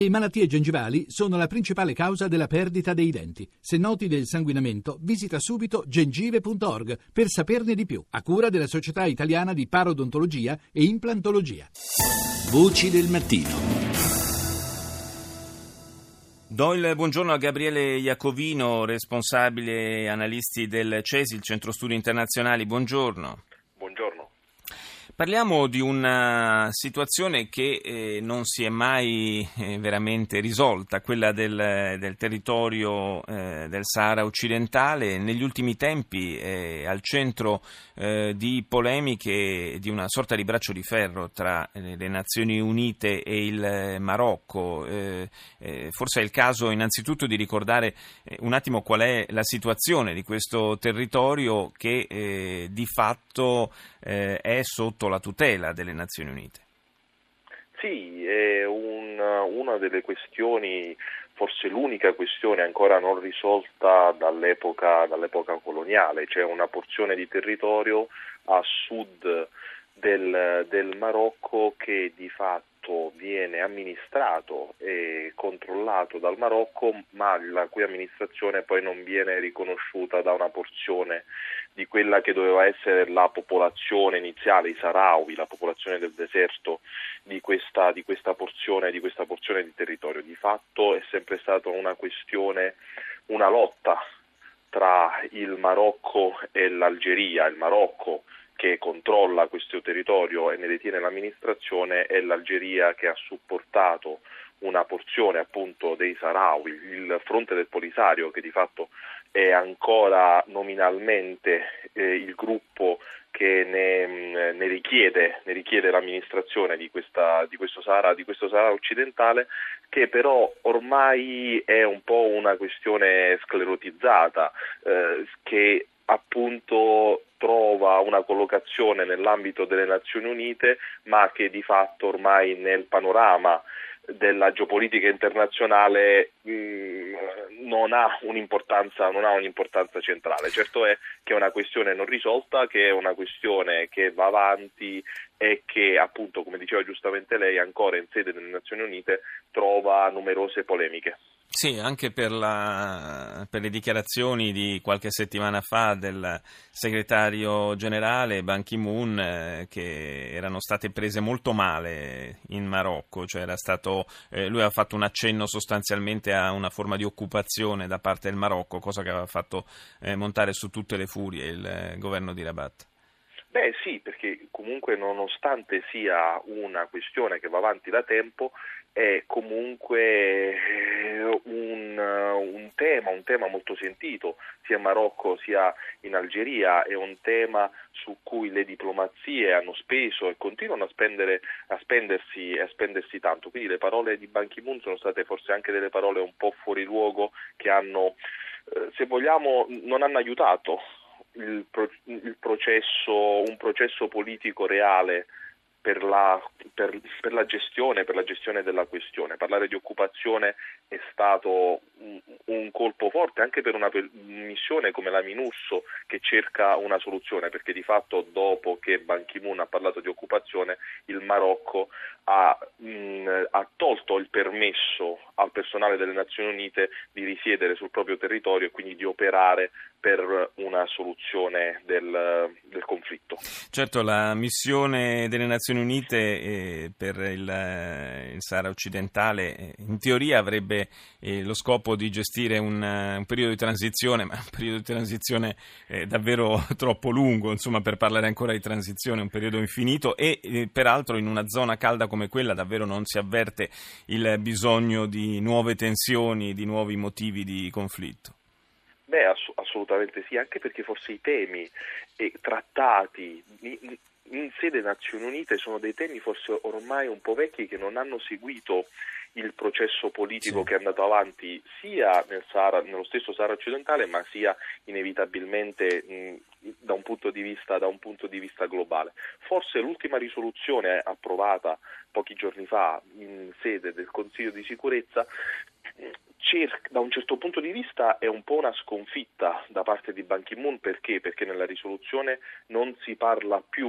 Le malattie gengivali sono la principale causa della perdita dei denti. Se noti del sanguinamento, visita subito gengive.org per saperne di più, a cura della Società Italiana di Parodontologia e Implantologia. Voci del mattino. Do il buongiorno a Gabriele Iacovino, responsabile analisti del CESI, il Centro Studi Internazionali. Buongiorno. Buongiorno. Parliamo di una situazione che non si è mai veramente risolta, quella del territorio del Sahara occidentale. Negli ultimi tempi è al centro di polemiche, di una sorta di braccio di ferro tra le Nazioni Unite e il Marocco. Forse è il caso innanzitutto di ricordare un attimo qual è la situazione di questo territorio che di fatto è sotto la tutela delle Nazioni Unite. Sì, è una delle questioni, forse l'unica questione ancora non risolta dall'epoca coloniale. C'è una porzione di territorio a sud del Marocco che di fatto viene amministrato e controllato dal Marocco, ma la cui amministrazione poi non viene riconosciuta da una porzione di quella che doveva essere la popolazione iniziale, i Sahrawi, la popolazione del deserto di questa porzione di territorio. Di fatto è sempre stata una questione, una lotta tra il Marocco e l'Algeria. Il Marocco che controlla questo territorio e ne detiene l'amministrazione, e l'Algeria che ha supportato una porzione appunto dei Sahrawi, il fronte del Polisario, che di fatto è ancora nominalmente il gruppo che ne richiede l'amministrazione di questo Sahara occidentale, che però ormai è un po' una questione sclerotizzata, che appunto trova una collocazione nell'ambito delle Nazioni Unite, ma che di fatto ormai nel panorama della geopolitica internazionale non ha un'importanza centrale. Certo è che è una questione non risolta, che è una questione che va avanti e che appunto, come diceva giustamente lei, ancora in sede delle Nazioni Unite trova numerose polemiche. Sì, anche per le dichiarazioni di qualche settimana fa del segretario generale Ban Ki-moon, che erano state prese molto male in Marocco, cioè lui aveva fatto un accenno sostanzialmente a una forma di occupazione da parte del Marocco, cosa che aveva fatto montare su tutte le furie il governo di Rabat. Beh sì, perché comunque nonostante sia una questione che va avanti da tempo, è comunque un tema molto sentito sia in Marocco sia in Algeria. È un tema su cui le diplomazie hanno speso e continuano a spendersi tanto. Quindi le parole di Ban Ki-moon sono state forse anche delle parole un po' fuori luogo, che hanno, se vogliamo, non hanno aiutato un processo politico reale per la gestione della questione. Parlare di occupazione è stato un colpo forte anche per una missione come la MINURSO, che cerca una soluzione, perché di fatto dopo che Ban Ki-moon ha parlato di occupazione, il Marocco ha tolto il permesso al personale delle Nazioni Unite di risiedere sul proprio territorio e quindi di operare per una soluzione del conflitto. Certo, la missione delle Nazioni Unite per il Sahara occidentale in teoria avrebbe lo scopo di gestire un periodo di transizione, ma un periodo di transizione davvero troppo lungo, insomma, per parlare ancora di transizione, un periodo infinito, e peraltro in una zona calda come quella davvero non si avverte il bisogno di nuove tensioni, di nuovi motivi di conflitto. Beh, assolutamente sì, anche perché forse i temi trattati in sede Nazioni Unite sono dei temi forse ormai un po' vecchi, che non hanno seguito il processo politico sì, che è andato avanti sia nello stesso Sahara occidentale, ma sia inevitabilmente da un punto di vista globale. Forse l'ultima risoluzione approvata pochi giorni fa in sede del Consiglio di sicurezza da un certo punto di vista è un po' una sconfitta da parte di Ban Ki-moon. Perché? Perché nella risoluzione non si parla più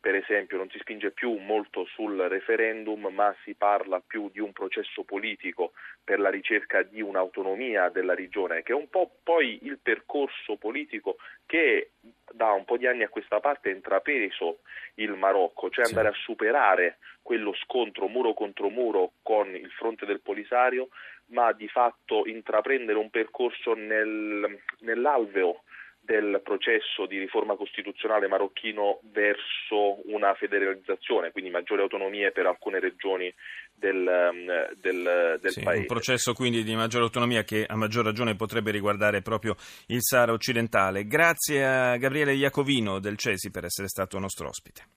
per esempio non si spinge più molto sul referendum, ma si parla più di un processo politico per la ricerca di un'autonomia della regione, che è un po' poi il percorso politico che da un po' di anni a questa parte ha intrapreso il Marocco, cioè andare a superare quello scontro muro contro muro con il fronte del Polisario, ma di fatto intraprendere un percorso nell'alveo del processo di riforma costituzionale marocchino verso una federalizzazione, quindi maggiori autonomie per alcune regioni del paese. Un processo quindi di maggiore autonomia che a maggior ragione potrebbe riguardare proprio il Sahara occidentale. Grazie a Gabriele Iacovino del CESI per essere stato nostro ospite.